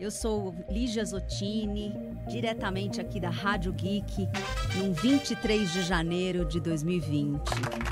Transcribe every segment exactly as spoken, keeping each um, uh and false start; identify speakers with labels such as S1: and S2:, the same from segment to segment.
S1: Eu sou Lígia Zottini, diretamente aqui da Rádio Geek, no vinte e três de janeiro de dois mil e vinte.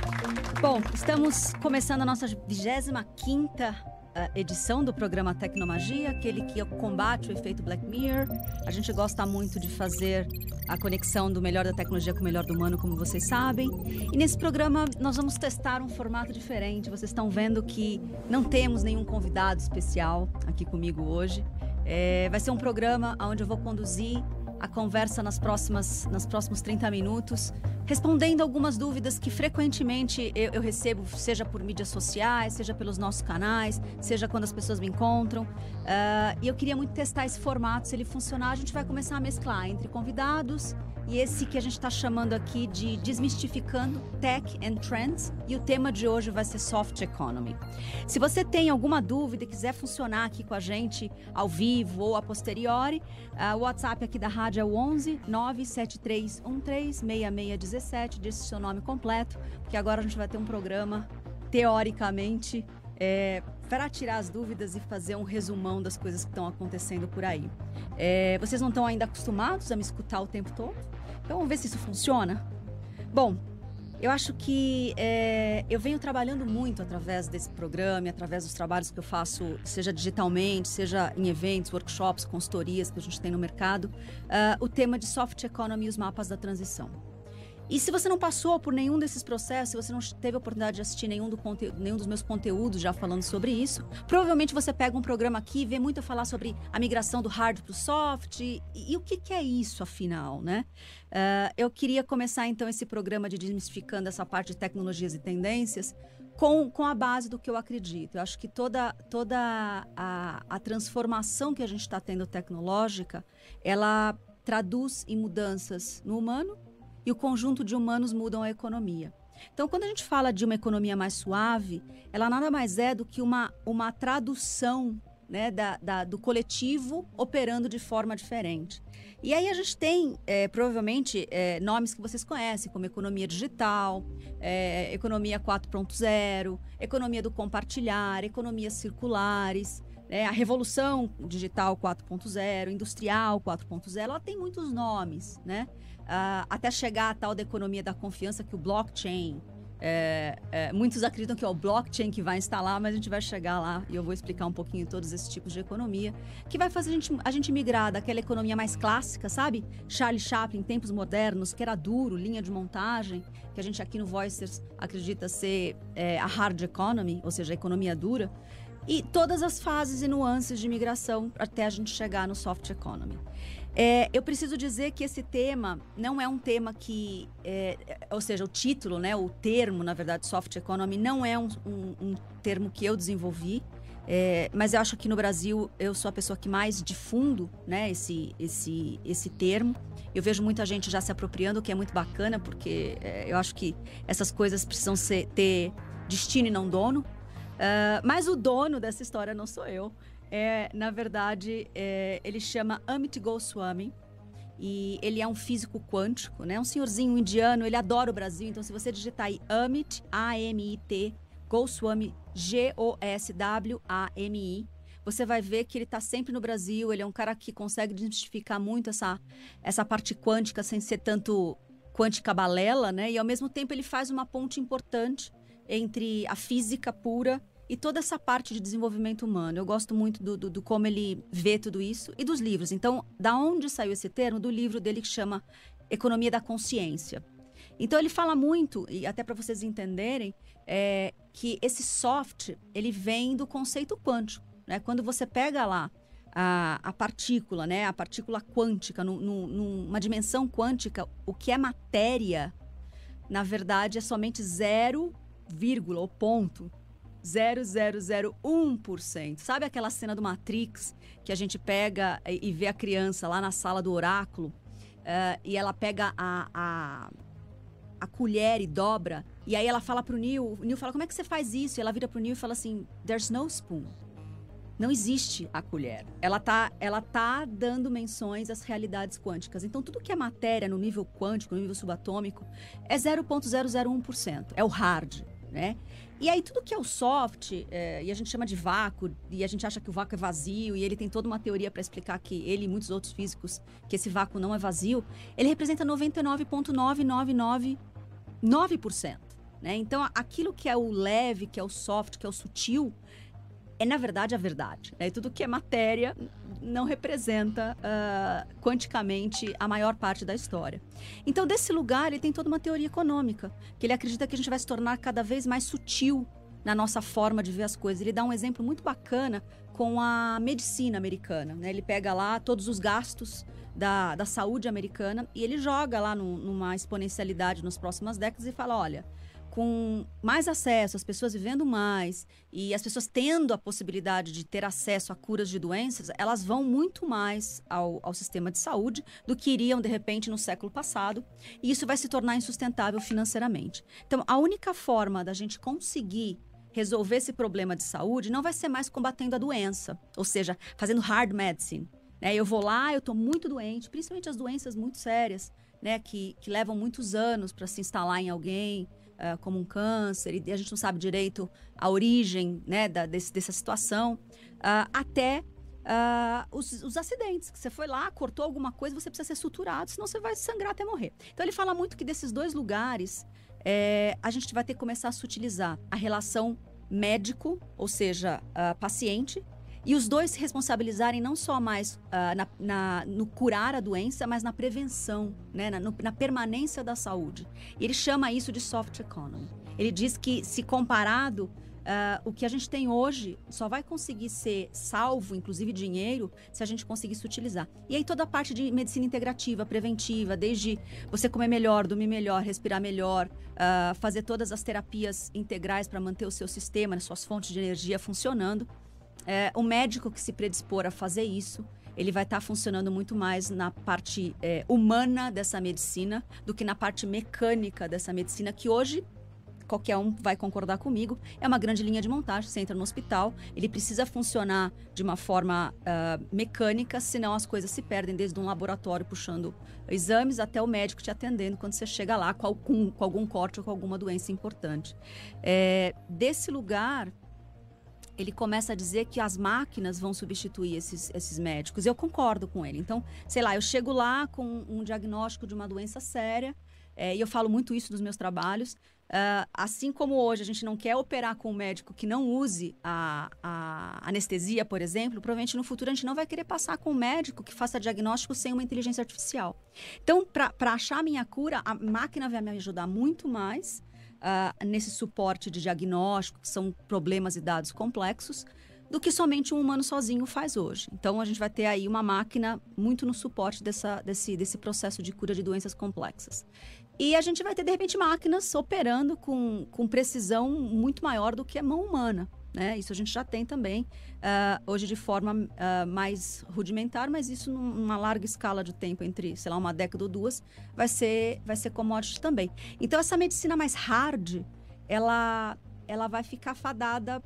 S1: Bom, estamos começando a nossa vigésima quinta edição do programa Tecnomagia, aquele que combate o efeito Black Mirror. A gente gosta muito de fazer a conexão do melhor da tecnologia com o melhor do humano, como vocês sabem. E nesse programa nós vamos testar um formato diferente. Vocês estão vendo que não temos nenhum convidado especial aqui comigo hoje. É, vai ser um programa onde eu vou conduzir a conversa nas próximas, nos próximos trinta minutos, respondendo algumas dúvidas que frequentemente eu, eu recebo, seja por mídias sociais, seja pelos nossos canais, seja quando as pessoas me encontram. Uh, e eu queria muito testar esse formato. Se ele funcionar, a gente vai começar a mesclar entre convidados e esse que a gente está chamando aqui de Desmistificando Tech and Trends. E o tema de hoje vai ser Soft Economy. Se você tem alguma dúvida e quiser funcionar aqui com a gente ao vivo ou a posteriori, uh, o WhatsApp aqui da rádio é o onze nove sete três um três seis seis um sete. Diz o seu nome completo, porque agora a gente vai ter um programa, teoricamente, é, para tirar as dúvidas e fazer um resumão das coisas que estão acontecendo por aí. É, vocês não estão ainda acostumados a me escutar o tempo todo? Então vamos ver se isso funciona? Bom, eu acho que é, eu venho trabalhando muito através desse programa, através dos trabalhos que eu faço, seja digitalmente, seja em eventos, workshops, consultorias que a gente tem no mercado, uh, o tema de Soft Economy e os mapas da transição. E se você não passou por nenhum desses processos, se você não teve a oportunidade de assistir nenhum, do conte- nenhum dos meus conteúdos já falando sobre isso, provavelmente você pega um programa aqui e vê muito a falar sobre a migração do hard para o soft. E, e o que, que é isso, afinal, né? Uh, eu queria começar, então, esse programa de desmistificando essa parte de tecnologias e tendências com, com a base do que eu acredito. Eu acho que toda, toda a, a transformação que a gente está tendo tecnológica, ela traduz em mudanças no humano, e o conjunto de humanos mudam a economia. Então, quando a gente fala de uma economia mais suave, ela nada mais é do que uma, uma tradução, né, da, da, do coletivo operando de forma diferente. E aí a gente tem, é, provavelmente, é, nomes que vocês conhecem, como economia digital, é, economia quatro ponto zero, economia do compartilhar, economias circulares, né, a revolução digital quatro ponto zero, industrial quatro ponto zero, ela tem muitos nomes, né? Uh, até chegar a tal da economia da confiança, que o blockchain, é, é, muitos acreditam que é o blockchain que vai instalar, mas a gente vai chegar lá e eu vou explicar um pouquinho todos esses tipos de economia, que vai fazer a gente, a gente migrar daquela economia mais clássica, sabe? Charlie Chaplin, tempos modernos, que era duro, linha de montagem, que a gente aqui no Voicers acredita ser é, a hard economy, ou seja, a economia dura, e todas as fases e nuances de migração até a gente chegar no soft economy. É, eu preciso dizer que esse tema não é um tema que, é, ou seja, o título, né, o termo, na verdade, soft economy, não é um, um, um termo que eu desenvolvi, é, mas eu acho que no Brasil eu sou a pessoa que mais difundo, né, esse, esse, esse termo. Eu vejo muita gente já se apropriando, o que é muito bacana, porque é, eu acho que essas coisas precisam ser, ter destino e não dono. Uh, mas o dono dessa história não sou eu. É, na verdade, é, ele chama Amit Goswami e ele é um físico quântico, né? Um senhorzinho indiano, ele adora o Brasil. Então, se você digitar aí Amit, A M I T, Goswami, G O S W A M I, você vai ver que ele está sempre no Brasil. Ele é um cara que consegue desmistificar muito essa, essa parte quântica sem ser tanto quântica balela, né? E, ao mesmo tempo, ele faz uma ponte importante entre a física pura e toda essa parte de desenvolvimento humano. Eu gosto muito do, do, do como ele vê tudo isso e dos livros. Então, da onde saiu esse termo? Do livro dele que chama Economia da Consciência. Então, ele fala muito, e até para vocês entenderem, é, que esse soft, ele vem do conceito quântico, né? Quando você pega lá a, a partícula, né? A partícula quântica, no, no, numa dimensão quântica, o que é matéria, na verdade, é somente zero, vírgula, ou ponto, zero vírgula zero zero um por cento. Sabe aquela cena do Matrix que a gente pega e, e vê a criança lá na sala do oráculo uh, e ela pega a, a, a colher e dobra e aí ela fala pro Neo, o Neo fala, como é que você faz isso? E ela vira pro Neo e fala assim, there's no spoon. Não existe a colher. Ela tá, ela tá dando menções às realidades quânticas. Então, tudo que é matéria no nível quântico, no nível subatômico, é zero vírgula zero zero um por cento. É o hard. né? E aí tudo que é o soft, é, e a gente chama de vácuo, e a gente acha que o vácuo é vazio, e ele tem toda uma teoria para explicar que ele e muitos outros físicos, que esse vácuo não é vazio, ele representa noventa e nove vírgula nove nove nove nove por cento, né? Então, aquilo que é o leve, que é o soft, que é o sutil, é, na verdade, a verdade, né? E tudo que é matéria não representa uh, quanticamente a maior parte da história. Então, desse lugar, ele tem toda uma teoria econômica, que ele acredita que a gente vai se tornar cada vez mais sutil na nossa forma de ver as coisas. Ele dá um exemplo muito bacana com a medicina americana, né? Ele pega lá todos os gastos da, da saúde americana e ele joga lá no, numa exponencialidade nas próximas décadas e fala, olha, com mais acesso, as pessoas vivendo mais e as pessoas tendo a possibilidade de ter acesso a curas de doenças, elas vão muito mais ao, ao sistema de saúde do que iriam, de repente, no século passado. E isso vai se tornar insustentável financeiramente. Então, a única forma da gente conseguir resolver esse problema de saúde não vai ser mais combatendo a doença, ou seja, fazendo hard medicine, né? Eu vou lá, eu estou muito doente, principalmente as doenças muito sérias, né? que, que levam muitos anos para se instalar em alguém, Uh, como um câncer, e a gente não sabe direito a origem, né, da, desse, dessa situação, uh, até uh, os, os acidentes, que você foi lá, cortou alguma coisa, você precisa ser suturado, senão você vai sangrar até morrer. Então ele fala muito que desses dois lugares, é, a gente vai ter que começar a sutilizar a relação médico, ou seja, uh, paciente, e os dois se responsabilizarem não só mais uh, na, na, no curar a doença, mas na prevenção, né? na, no, na permanência da saúde. E ele chama isso de soft economy. Ele diz que, se comparado, uh, o que a gente tem hoje só vai conseguir ser salvo, inclusive dinheiro, se a gente conseguir se utilizar. E aí toda a parte de medicina integrativa, preventiva, desde você comer melhor, dormir melhor, respirar melhor, uh, fazer todas as terapias integrais para manter o seu sistema, as suas fontes de energia funcionando. É, o médico que se predispor a fazer isso, ele vai estar tá funcionando muito mais na parte é, humana dessa medicina do que na parte mecânica dessa medicina, que hoje, qualquer um vai concordar comigo, é uma grande linha de montagem. Você entra no hospital, ele precisa funcionar de uma forma uh, mecânica, senão as coisas se perdem, desde um laboratório puxando exames até o médico te atendendo quando você chega lá com algum, com algum corte ou com alguma doença importante. É, desse lugar, ele começa a dizer que as máquinas vão substituir esses, esses médicos. Eu concordo com ele. Então, sei lá, eu chego lá com um diagnóstico de uma doença séria, é, e eu falo muito isso nos meus trabalhos. Uh, assim como hoje a gente não quer operar com um médico que não use a, a anestesia, por exemplo, provavelmente no futuro a gente não vai querer passar com um médico que faça diagnóstico sem uma inteligência artificial. Então, para achar a minha cura, a máquina vai me ajudar muito mais Uh, nesse suporte de diagnóstico, que são problemas e dados complexos, do que somente um humano sozinho faz hoje. Então, a gente vai ter aí uma máquina muito no suporte dessa, desse, desse processo de cura de doenças complexas. E a gente vai ter, de repente, máquinas operando com, com precisão muito maior do que a mão humana, né? Isso a gente já tem também, uh, hoje de forma uh, mais rudimentar, mas isso numa larga escala de tempo, entre, sei lá, uma década ou duas, vai ser, vai ser commodity também. Então, essa medicina mais hard, ela, ela vai ficar fadada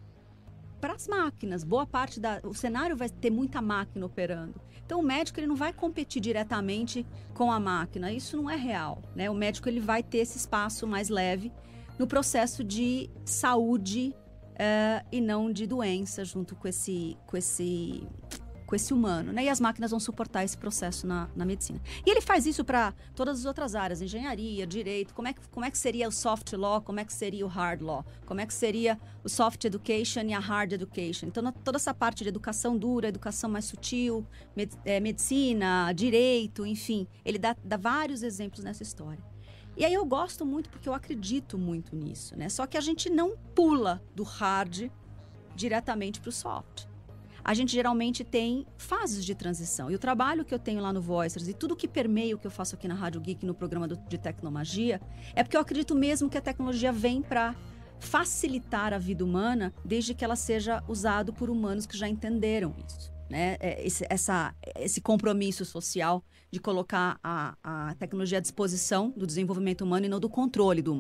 S1: para as máquinas. Boa parte da... O cenário vai ter muita máquina operando. Então, o médico ele não vai competir diretamente com a máquina. Isso não é real, né? O médico ele vai ter esse espaço mais leve no processo de saúde Uh, e não de doença, junto com esse, com esse, com esse humano, né? E as máquinas vão suportar esse processo na, na medicina. E ele faz isso para todas as outras áreas, engenharia, direito. Como é, que, como é que seria o soft law, como é que seria o hard law, como é que seria o soft education e a hard education. Então, na, toda essa parte de educação dura, educação mais sutil, med, é, medicina, direito, enfim. Ele dá, dá vários exemplos nessa história. E aí eu gosto muito porque eu acredito muito nisso, né? Só que a gente não pula do hard diretamente para o soft. A gente geralmente tem fases de transição. E o trabalho que eu tenho lá no Voicers e tudo que permeia o que eu faço aqui na Rádio Geek, no programa do, de Tecnomagia, é porque eu acredito mesmo que a tecnologia vem para facilitar a vida humana, desde que ela seja usada por humanos que já entenderam isso. Né? Esse, essa, esse compromisso social de colocar a, a tecnologia à disposição do desenvolvimento humano e não do controle do humano.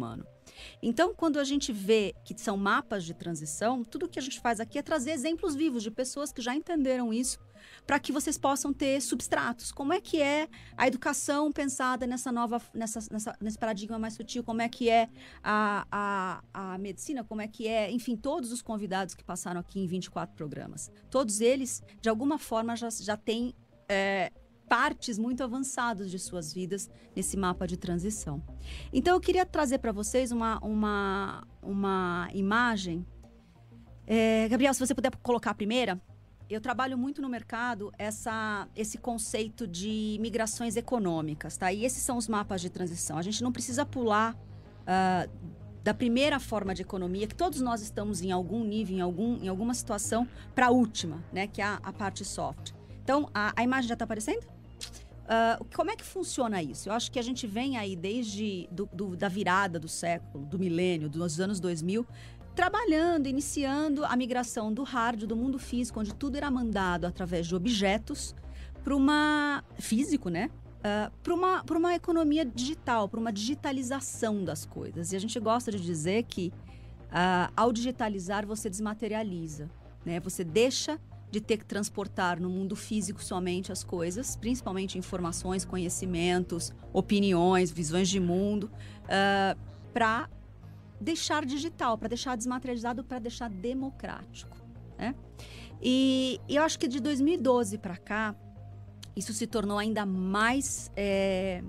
S1: Então, quando a gente vê que são mapas de transição, tudo que a gente faz aqui é trazer exemplos vivos de pessoas que já entenderam isso, para que vocês possam ter substratos. Como é que é a educação pensada nessa nova, nessa, nessa, nesse paradigma mais sutil? Como é que é a, a, a medicina? Como é que é, enfim, todos os convidados que passaram aqui em vinte e quatro programas. Todos eles, de alguma forma, já, já têm é, partes muito avançadas de suas vidas nesse mapa de transição. Então, eu queria trazer para vocês uma, uma, uma imagem. É, Gabriel, se você puder colocar a primeira. Eu trabalho muito no mercado essa, esse conceito de migrações econômicas, tá? E esses são os mapas de transição. A gente não precisa pular uh, da primeira forma de economia, que todos nós estamos em algum nível, em, algum, em alguma situação, para a última, né? Que é a, a parte soft. Então, a, a imagem já está aparecendo? Uh, como é que funciona isso? Eu acho que a gente vem aí desde do, do, da virada do século, do milênio, dos anos dois mil, trabalhando, iniciando a migração do hard, do mundo físico, onde tudo era mandado através de objetos, para uma... físico, né? Uh, para uma, para uma economia digital, para uma digitalização das coisas. E a gente gosta de dizer que, uh, ao digitalizar, você desmaterializa, né? Você deixa de ter que transportar no mundo físico somente as coisas, principalmente informações, conhecimentos, opiniões, visões de mundo, uh, para deixar digital, para deixar desmaterializado, para deixar democrático, né? E, e eu acho que de dois mil e doze para cá, isso se tornou ainda mais é,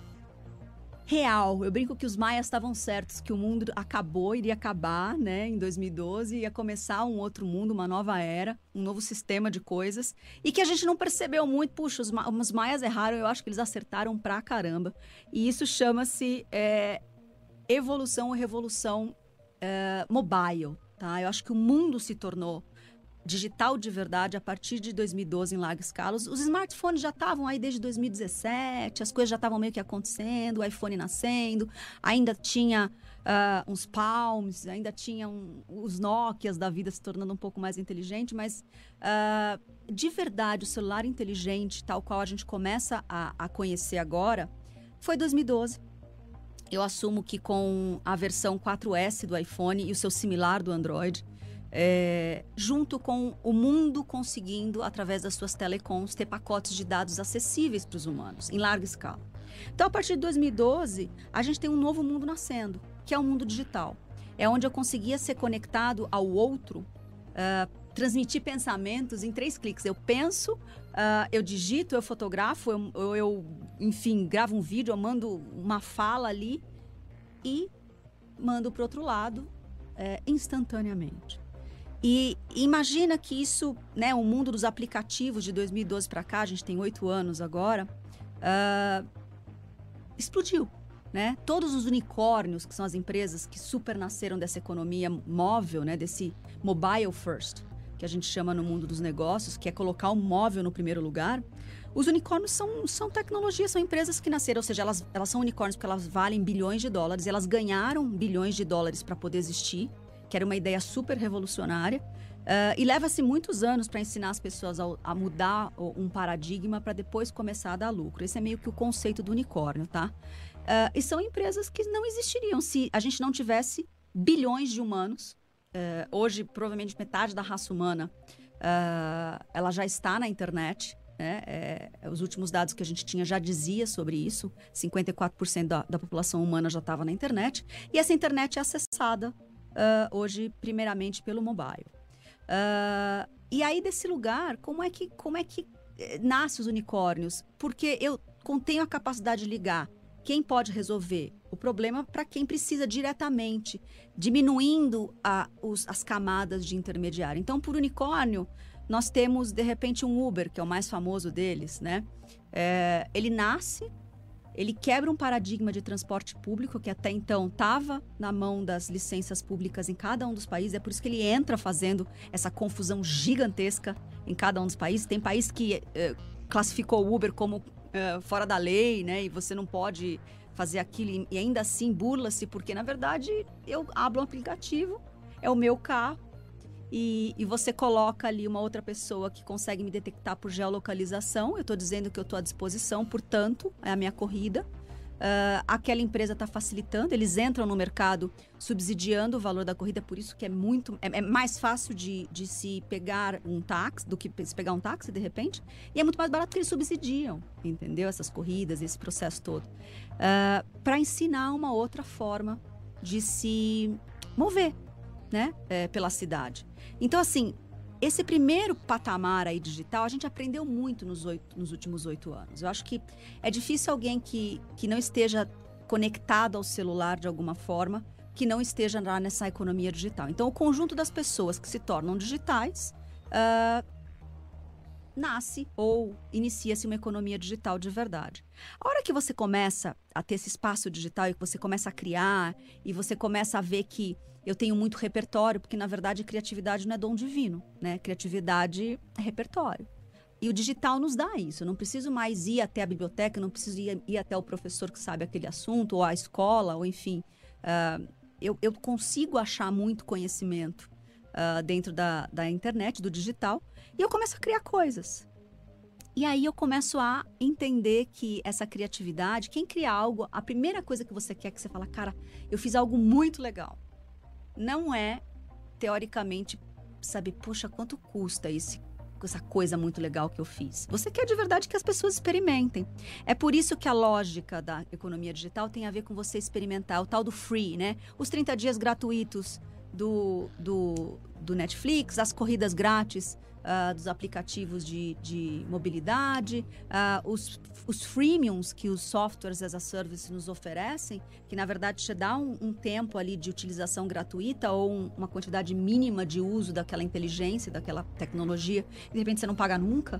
S1: real. Eu brinco que os maias estavam certos, que o mundo acabou, iria acabar, né, em dois mil e doze, ia começar um outro mundo, uma nova era, um novo sistema de coisas, e que a gente não percebeu muito. Puxa, os, ma os maias erraram, eu acho que eles acertaram pra caramba. E isso chama-se... É, evolução ou revolução uh, mobile, tá? Eu acho que o mundo se tornou digital de verdade a partir de dois mil e doze em larga escala. Os, os smartphones já estavam aí desde dois mil e dezessete, as coisas já estavam meio que acontecendo, o iPhone nascendo, ainda tinha uh, uns Palms, ainda tinha um, os Nokias da vida se tornando um pouco mais inteligente, mas uh, de verdade o celular inteligente, tal qual a gente começa a, a conhecer agora, foi dois mil e doze. Eu assumo que com a versão quatro S do iPhone e o seu similar do Android, é, junto com o mundo conseguindo, através das suas telecoms, ter pacotes de dados acessíveis para os humanos, em larga escala. Então, a partir de dois mil e doze, a gente tem um novo mundo nascendo, que é o mundo digital. É onde eu conseguia ser conectado ao outro, uh, transmitir pensamentos em três cliques. Eu penso, uh, eu digito, eu fotografo, eu, eu, eu, enfim, gravo um vídeo, eu mando uma fala ali e mando para o outro lado é, instantaneamente. E imagina que isso, né, o mundo dos aplicativos de dois mil e doze para cá, a gente tem oito anos agora, uh, explodiu. Né? Todos os unicórnios, que são as empresas que super nasceram dessa economia móvel, né, desse mobile first, que a gente chama no mundo dos negócios, que é colocar o móvel no primeiro lugar. Os unicórnios são, são tecnologias, são empresas que nasceram, ou seja, elas, elas são unicórnios porque elas valem bilhões de dólares, e elas ganharam bilhões de dólares para poder existir, que era uma ideia super revolucionária, uh, e leva-se muitos anos para ensinar as pessoas a, a mudar um paradigma para depois começar a dar lucro. Esse é meio que o conceito do unicórnio, tá? Uh, e são empresas que não existiriam se a gente não tivesse bilhões de humanos. Uh, hoje, provavelmente, metade da raça humana uh, ela já está na internet. Né? É, os últimos dados que a gente tinha já dizia sobre isso. cinquenta e quatro por cento da, da população humana já estava na internet. E essa internet é acessada uh, hoje, primeiramente, pelo mobile. Uh, e aí, desse lugar, como é que, como é que nasce os unicórnios? Porque eu tenho a capacidade de ligar quem pode resolver o problema para quem precisa diretamente, diminuindo a, os, as camadas de intermediário. Então, por unicórnio, nós temos, de repente, um Uber, que é o mais famoso deles, né? É, ele nasce, ele quebra um paradigma de transporte público, que até então estava na mão das licenças públicas em cada um dos países. É por isso que ele entra fazendo essa confusão gigantesca em cada um dos países. Tem país que é, classificou o Uber como Uh, fora da lei, né? E você não pode fazer aquilo e ainda assim burla-se, porque na verdade eu abro um aplicativo, é o meu carro e, e você coloca ali uma outra pessoa que consegue me detectar por geolocalização. Eu estou dizendo que eu estou à disposição, portanto, é a minha corrida. Uh, aquela empresa está facilitando, eles entram no mercado subsidiando o valor da corrida, por isso que é muito é, é mais fácil de, de se pegar um táxi do que se pegar um táxi de repente, e é muito mais barato que eles subsidiam, entendeu? Essas corridas, esse processo todo, uh, para ensinar uma outra forma de se mover, né? É, pela cidade. Então, assim, esse primeiro patamar aí digital, a gente aprendeu muito nos, oito, nos últimos oito anos. Eu acho que é difícil alguém que, que não esteja conectado ao celular de alguma forma, que não esteja lá nessa economia digital. Então, o conjunto das pessoas que se tornam digitais uh, nasce ou inicia-se uma economia digital de verdade. A hora que você começa a ter esse espaço digital e que você começa a criar e você começa a ver que eu tenho muito repertório, porque, na verdade, criatividade não é dom divino, né? Criatividade é repertório. E o digital nos dá isso. Eu não preciso mais ir até a biblioteca, eu não preciso ir, ir até o professor que sabe aquele assunto, ou a escola, ou enfim. Uh, eu, eu consigo achar muito conhecimento uh, dentro da, da internet, do digital, e eu começo a criar coisas. E aí eu começo a entender que essa criatividade, quem cria algo, a primeira coisa que você quer é que você fala, cara, eu fiz algo muito legal. Não é, teoricamente, saber, poxa, quanto custa esse, essa coisa muito legal que eu fiz. Você quer de verdade que as pessoas experimentem. É por isso que a lógica da economia digital tem a ver com você experimentar, o tal do free, né? Os trinta dias gratuitos do, do, do Netflix, as corridas grátis uh, dos aplicativos de, de mobilidade, uh, os, os freemiums que os softwares as a service nos oferecem, que na verdade te dá um, um tempo ali de utilização gratuita ou um, uma quantidade mínima de uso daquela inteligência, daquela tecnologia, e de repente você não paga nunca.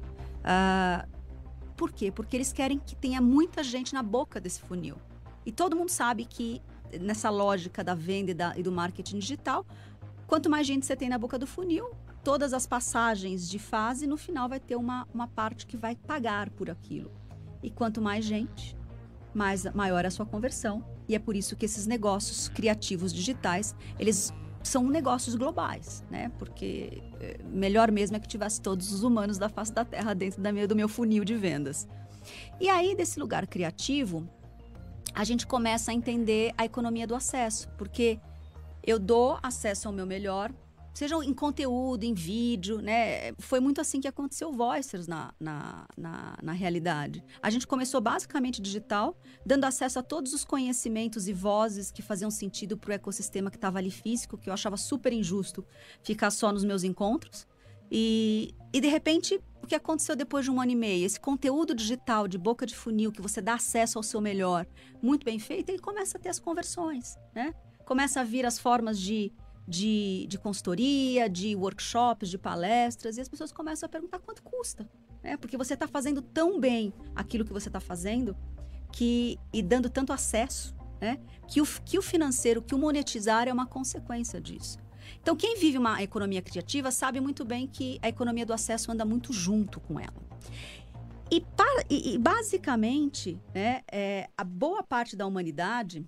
S1: Uh, por quê? Porque eles querem que tenha muita gente na boca desse funil. E todo mundo sabe que nessa lógica da venda e, da, e do marketing digital, quanto mais gente você tem na boca do funil, todas as passagens de fase, no final vai ter uma, uma parte que vai pagar por aquilo. E quanto mais gente, mais, maior é a sua conversão. E é por isso que esses negócios criativos digitais, eles são negócios globais, né? Porque é, melhor mesmo é que tivesse todos os humanos da face da Terra dentro da minha, do meu funil de vendas. E aí, desse lugar criativo, a gente começa a entender a economia do acesso, porque eu dou acesso ao meu melhor, seja em conteúdo, em vídeo, né? Foi muito assim que aconteceu o Voicers na, na, na, na realidade. A gente começou basicamente digital, dando acesso a todos os conhecimentos e vozes que faziam sentido para o ecossistema que estava ali físico, que eu achava super injusto ficar só nos meus encontros. E, e, de repente, o que aconteceu depois de um ano e meio? Esse conteúdo digital de boca de funil, que você dá acesso ao seu melhor, muito bem feito, ele começa a ter as conversões, né? Começa a vir as formas de, de, de consultoria, de workshops, de palestras, e as pessoas começam a perguntar quanto custa, né? Porque você está fazendo tão bem aquilo que você está fazendo que, e dando tanto acesso, né? Que o, que o financeiro, que o monetizar é uma consequência disso. Então, quem vive uma economia criativa sabe muito bem que a economia do acesso anda muito junto com ela. E, para, e, e basicamente, né, é, a boa parte da humanidade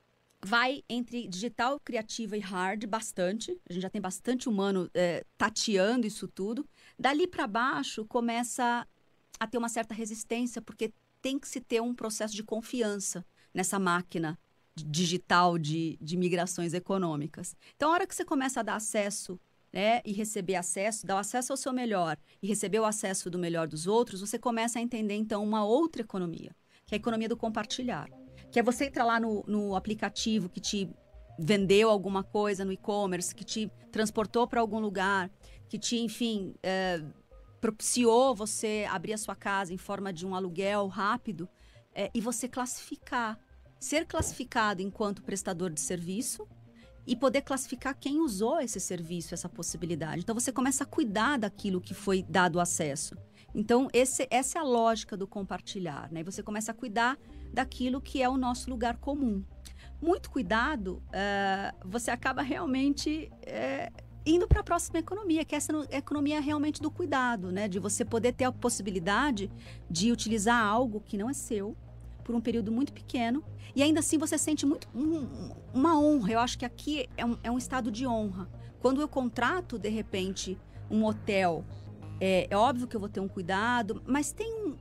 S1: vai entre digital, criativa e hard bastante. A gente já tem bastante humano é, tateando isso tudo. Dali para baixo, começa a ter uma certa resistência, porque tem que se ter um processo de confiança nessa máquina digital de, de migrações econômicas. Então, a hora que você começa a dar acesso, né, e receber acesso, dar o acesso ao seu melhor e receber o acesso do melhor dos outros, você começa a entender, então, uma outra economia, que é a economia do compartilhar. Que é você entrar lá no, no aplicativo que te vendeu alguma coisa no e-commerce, que te transportou para algum lugar, que te, enfim, é, propiciou você abrir a sua casa em forma de um aluguel rápido, é, e você classificar. Ser classificado enquanto prestador de serviço e poder classificar quem usou esse serviço, essa possibilidade. Então, você começa a cuidar daquilo que foi dado acesso. Então, esse, essa é a lógica do compartilhar, né? Você começa a cuidar daquilo que é o nosso lugar comum. Muito cuidado, uh, você acaba realmente uh, indo para a próxima economia, que é essa economia realmente do cuidado, né? De você poder ter a possibilidade de utilizar algo que não é seu, por um período muito pequeno, e ainda assim você sente muito um, uma honra. Eu acho que aqui é um, é um estado de honra. Quando eu contrato, de repente, um hotel, é, é óbvio que eu vou ter um cuidado, mas tem um, tem um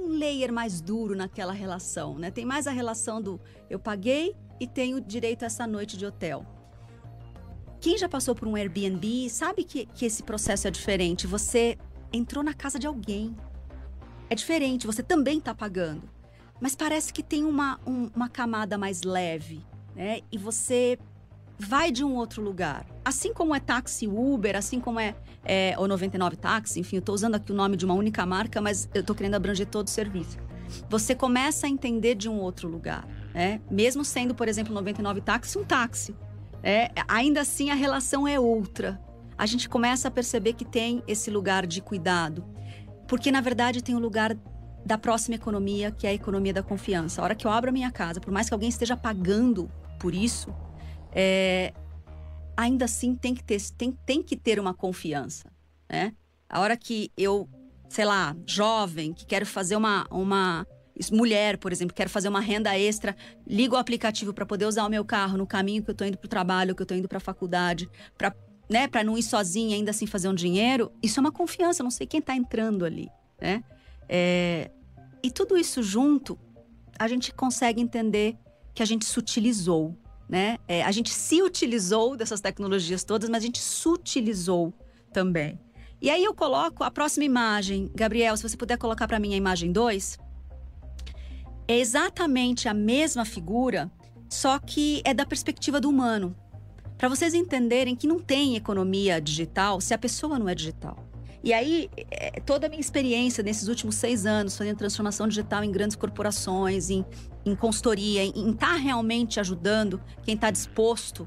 S1: um layer mais duro naquela relação, né? Tem mais a relação do eu paguei e tenho direito a essa noite de hotel. Quem já passou por um Airbnb sabe que, que esse processo é diferente. Você entrou na casa de alguém. É diferente, você também está pagando. Mas parece que tem uma, um, uma camada mais leve, né? E você vai de um outro lugar. Assim como é táxi Uber, assim como é, é o noventa e nove táxi, enfim, eu estou usando aqui o nome de uma única marca, mas eu estou querendo abranger todo o serviço. Você começa a entender de um outro lugar, né? Mesmo sendo, por exemplo, noventa e nove táxi, um táxi. É, ainda assim, a relação é outra. A gente começa a perceber que tem esse lugar de cuidado. Porque, na verdade, tem o lugar da próxima economia, que é a economia da confiança. A hora que eu abro a minha casa, por mais que alguém esteja pagando por isso, é, ainda assim tem que ter, tem, tem que ter uma confiança, né? A hora que eu, sei lá, jovem, que quero fazer uma... uma mulher, por exemplo, quero fazer uma renda extra, ligo o aplicativo para poder usar o meu carro no caminho que eu tô indo pro trabalho, que eu tô indo pra faculdade, para, né, para não ir sozinha, ainda assim fazer um dinheiro. Isso é uma confiança, eu não sei quem tá entrando ali, né? É, e tudo isso junto, a gente consegue entender que a gente sutilizou, né? É, a gente se utilizou dessas tecnologias todas, mas a gente sutilizou também. E aí eu coloco a próxima imagem. Gabriel, se você puder colocar para mim a imagem dois. É exatamente a mesma figura, só que é da perspectiva do humano. Para vocês entenderem que não tem economia digital se a pessoa não é digital. E aí, toda a minha experiência nesses últimos seis anos, fazendo transformação digital em grandes corporações, em, em consultoria, em estar realmente ajudando quem está disposto uh,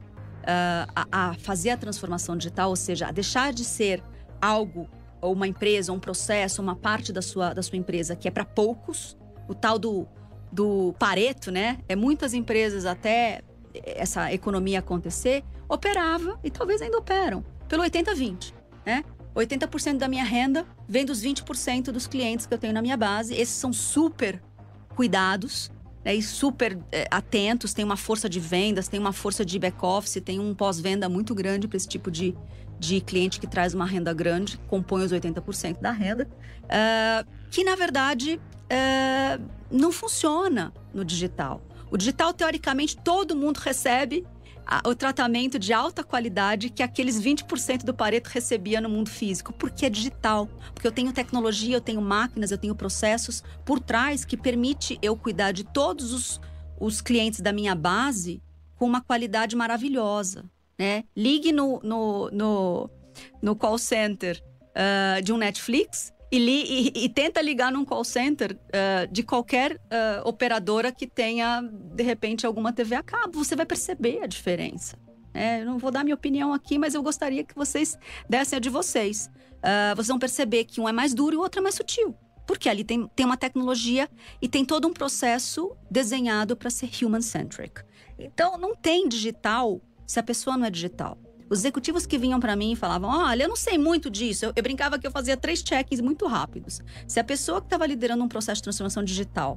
S1: a, a fazer a transformação digital, ou seja, a deixar de ser algo, ou uma empresa, ou um processo, uma parte da sua, da sua empresa que é para poucos, o tal do... do Pareto, né? É muitas empresas até essa economia acontecer, operava e talvez ainda operam pelo oitenta vinte, né? oitenta por cento da minha renda vem dos vinte por cento dos clientes que eu tenho na minha base. Esses são super cuidados, né? E super é, atentos, tem uma força de vendas, tem uma força de back-office, tem um pós-venda muito grande para esse tipo de, de cliente que traz uma renda grande, compõe os oitenta por cento da renda, uh, que na verdade uh, não funciona no digital. O digital, teoricamente, todo mundo recebe a, o tratamento de alta qualidade que aqueles vinte por cento do Pareto recebia no mundo físico, porque é digital, porque eu tenho tecnologia, eu tenho máquinas, eu tenho processos por trás que permite eu cuidar de todos os, os clientes da minha base com uma qualidade maravilhosa, né? Ligue no, no, no, no call center uh, de um Netflix e, li, e, e tenta ligar num call center uh, de qualquer uh, operadora que tenha, de repente, alguma T V a cabo. Você vai perceber a diferença. É, eu não vou dar minha opinião aqui, mas eu gostaria que vocês dessem a de vocês. Uh, vocês vão perceber que um é mais duro e o outro é mais sutil. Porque ali tem, tem uma tecnologia e tem todo um processo desenhado para ser human-centric. Então, não tem digital se a pessoa não é digital. Os executivos que vinham para mim e falavam, olha, eu não sei muito disso. Eu, eu brincava que eu fazia três check-ins muito rápidos. Se a pessoa que estava liderando um processo de transformação digital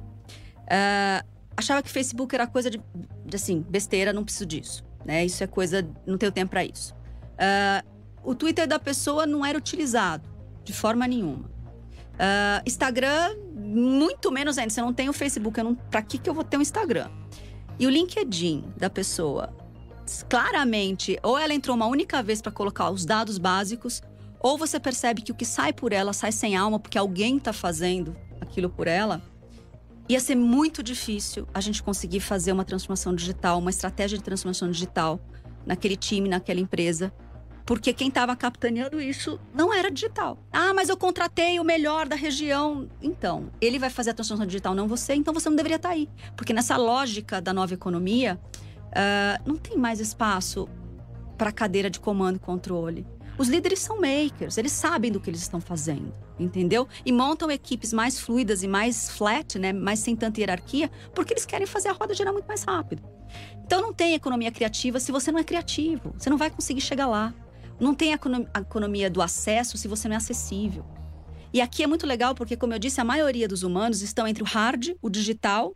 S1: uh, achava que Facebook era coisa de, de, assim, besteira, não preciso disso. Né? Isso é coisa, não tenho tempo para isso. Uh, o Twitter da pessoa não era utilizado de forma nenhuma. Uh, Instagram, muito menos ainda. Você não tem o Facebook, eu não, pra que, que eu vou ter um Instagram? E o LinkedIn da pessoa, claramente, ou ela entrou uma única vez para colocar os dados básicos, ou você percebe que o que sai por ela sai sem alma, porque alguém está fazendo aquilo por ela. Ia ser muito difícil a gente conseguir fazer uma transformação digital, uma estratégia de transformação digital naquele time, naquela empresa, porque quem estava capitaneando isso não era digital. Ah, mas eu contratei o melhor da região. Então, ele vai fazer a transformação digital, não você, então você não deveria estar aí. Porque nessa lógica da nova economia, uh, não tem mais espaço para cadeira de comando e controle. Os líderes são makers, eles sabem do que eles estão fazendo, entendeu? E montam equipes mais fluidas e mais flat, né? Mais sem tanta hierarquia, porque eles querem fazer a roda girar muito mais rápido. Então, não tem economia criativa se você não é criativo. Você não vai conseguir chegar lá. Não tem a economia do acesso se você não é acessível. E aqui é muito legal porque, como eu disse, a maioria dos humanos estão entre o hard, o digital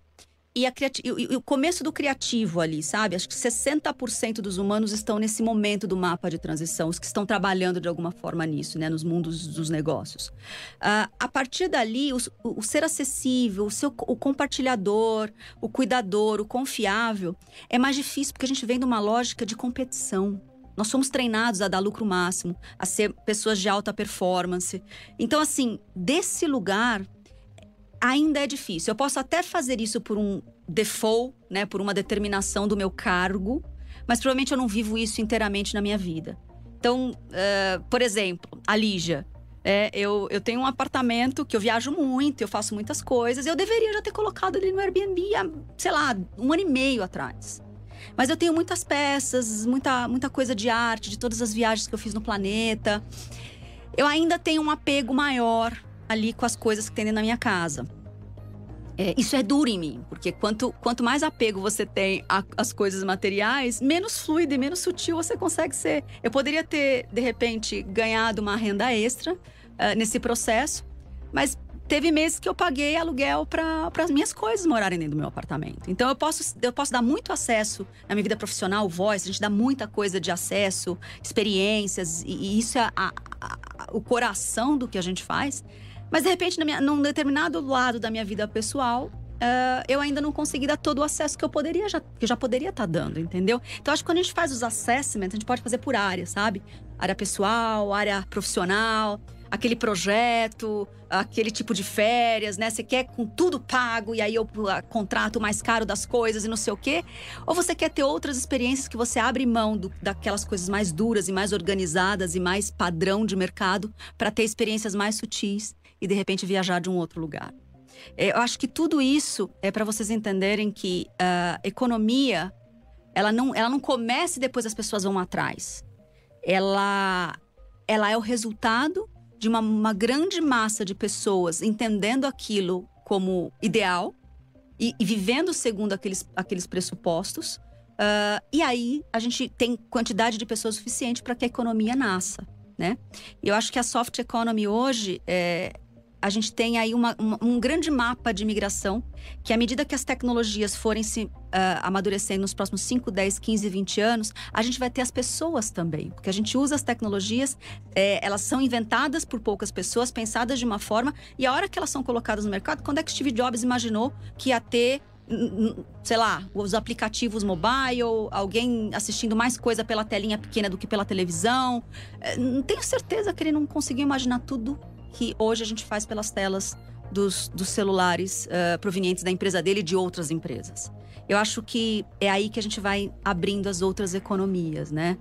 S1: e, a criati- e, e o começo do criativo ali, sabe? Acho que sessenta por cento dos humanos estão nesse momento do mapa de transição, os que estão trabalhando de alguma forma nisso, né? Nos mundos dos negócios. Uh, a partir dali, o, o ser acessível, o, seu, o compartilhador, o cuidador, o confiável, é mais difícil porque a gente vem de uma lógica de competição. Nós somos treinados a dar lucro máximo, a ser pessoas de alta performance. Então, assim, desse lugar, ainda é difícil. Eu posso até fazer isso por um default, né, por uma determinação do meu cargo, mas provavelmente eu não vivo isso inteiramente na minha vida. Então, uh, por exemplo, a Lígia. É, eu, eu tenho um apartamento que eu viajo muito, eu faço muitas coisas. Eu deveria já ter colocado ele no Airbnb há, sei lá, um ano e meio atrás. Mas eu tenho muitas peças, muita, muita coisa de arte, de todas as viagens que eu fiz no planeta. Eu ainda tenho um apego maior ali com as coisas que tem dentro da minha casa. É, isso é duro em mim, porque quanto, quanto mais apego você tem às coisas materiais, menos fluido e menos sutil você consegue ser. Eu poderia ter, de repente, ganhado uma renda extra uh, nesse processo, mas teve meses que eu paguei aluguel para as minhas coisas morarem dentro do meu apartamento. Então eu posso, eu posso dar muito acesso na minha vida profissional, voz, a gente dá muita coisa de acesso, experiências, e, e isso é a, a, a, o coração do que a gente faz. Mas, de repente, na minha, num determinado lado da minha vida pessoal, uh, eu ainda não consegui dar todo o acesso que eu poderia, já, que eu já poderia estar dando, entendeu? Então, acho que quando a gente faz os assessments, a gente pode fazer por área, sabe? Área pessoal, área profissional, aquele projeto, aquele tipo de férias, né? Você quer com tudo pago e aí eu uh, contrato o mais caro das coisas e não sei o quê. Ou você quer ter outras experiências que você abre mão do, daquelas coisas mais duras e mais organizadas e mais padrão de mercado para ter experiências mais sutis e, de repente, viajar de um outro lugar. Eu acho que tudo isso é para vocês entenderem que a uh, economia, ela não, ela não começa e depois as pessoas vão atrás. Ela, ela é o resultado de uma, uma grande massa de pessoas entendendo aquilo como ideal e, e vivendo segundo aqueles, aqueles pressupostos. Uh, e aí, a gente tem quantidade de pessoas suficiente para que a economia nasça, né? E eu acho que a soft economy hoje é... A gente tem aí uma, uma, um grande mapa de migração que, à medida que as tecnologias forem se uh, amadurecendo nos próximos cinco, dez, quinze, vinte anos, a gente vai ter as pessoas também. Porque a gente usa as tecnologias, é, elas são inventadas por poucas pessoas, pensadas de uma forma, e a hora que elas são colocadas no mercado, quando é que Steve Jobs imaginou que ia ter, sei lá, os aplicativos mobile, alguém assistindo mais coisa pela telinha pequena do que pela televisão? É, tenho certeza que ele não conseguiu imaginar tudo que hoje a gente faz pelas telas dos, dos celulares uh, provenientes da empresa dele e de outras empresas. Eu acho que é aí que a gente vai abrindo as outras economias, né?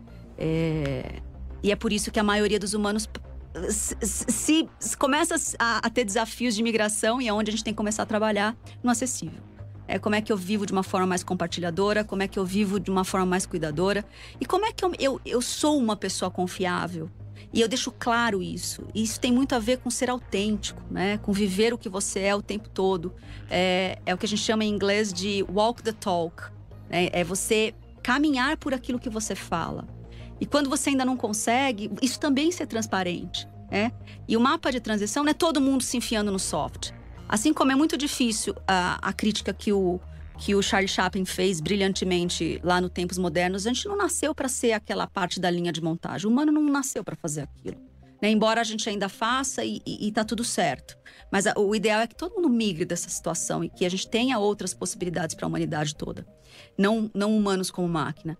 S1: É... E é por isso que a maioria dos humanos se, se, se começa a, a ter desafios de migração, e é onde a gente tem que começar a trabalhar no acessível. É como é que eu vivo de uma forma mais compartilhadora, como é que eu vivo de uma forma mais cuidadora, e como é que eu, eu, eu sou uma pessoa confiável. E eu deixo claro isso. E isso tem muito a ver com ser autêntico, né? Com viver o que você é o tempo todo. É, é o que a gente chama em inglês de walk the talk. Né? É você caminhar por aquilo que você fala. E quando você ainda não consegue, isso também ser transparente. Né? E o mapa de transição não é todo mundo se enfiando no soft. Assim como é muito difícil a, a crítica que o... que o Charlie Chaplin fez brilhantemente lá no Tempos Modernos, a gente não nasceu para ser aquela parte da linha de montagem. O humano não nasceu para fazer aquilo. Né? Embora a gente ainda faça e, e, e tá tudo certo. Mas a, o ideal é que todo mundo migre dessa situação e que a gente tenha outras possibilidades para a humanidade toda. Não, não humanos como máquina.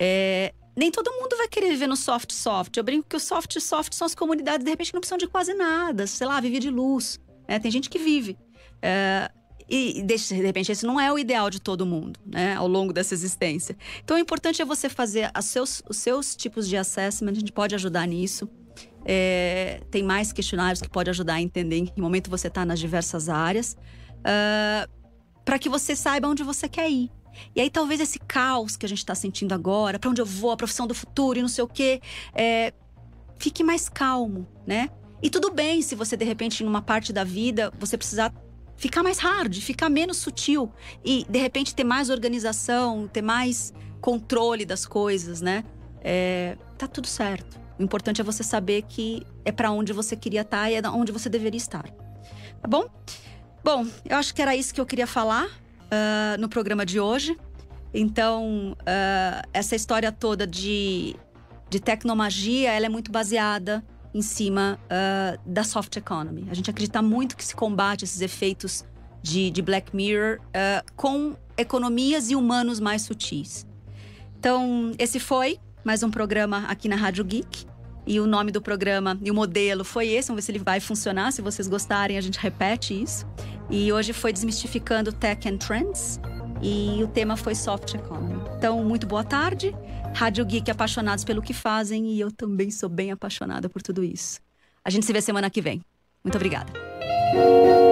S1: É, nem todo mundo vai querer viver no soft-soft. Eu brinco que o soft-soft são as comunidades, de repente, que não precisam de quase nada. Sei lá, viver de luz. Né? Tem gente que vive. É, E, de repente, esse não é o ideal de todo mundo, né? Ao longo dessa existência. Então, o importante é você fazer os seus, os seus tipos de assessment. A gente pode ajudar nisso. É, tem mais questionários que podem ajudar a entender em que momento você está nas diversas áreas. Uh, para que você saiba onde você quer ir. E aí, talvez esse caos que a gente está sentindo agora, para onde eu vou, a profissão do futuro e não sei o quê, é, fique mais calmo, né? E tudo bem se você, de repente, em uma parte da vida, você precisar ficar mais hard, ficar menos sutil e, de repente, ter mais organização, ter mais controle das coisas, né? É, tá tudo certo. O importante é você saber que é para onde você queria estar e é onde você deveria estar. Tá bom? Bom, eu acho que era isso que eu queria falar. uh, no programa de hoje. Então, uh, essa história toda de, de tecnomagia, ela é muito baseada em cima uh, da soft economy. A gente acredita muito que se combate esses efeitos de, de Black Mirror uh, com economias e humanos mais sutis. Então, esse foi mais um programa aqui na Rádio Geek. E o nome do programa e o modelo foi esse. Vamos ver se ele vai funcionar. Se vocês gostarem, a gente repete isso. E hoje foi Desmistificando Tech and Trends. E o tema foi Soft Economy. Então, muito boa tarde. Rádio Geek, apaixonados pelo que fazem. E eu também sou bem apaixonada por tudo isso. A gente se vê semana que vem. Muito obrigada.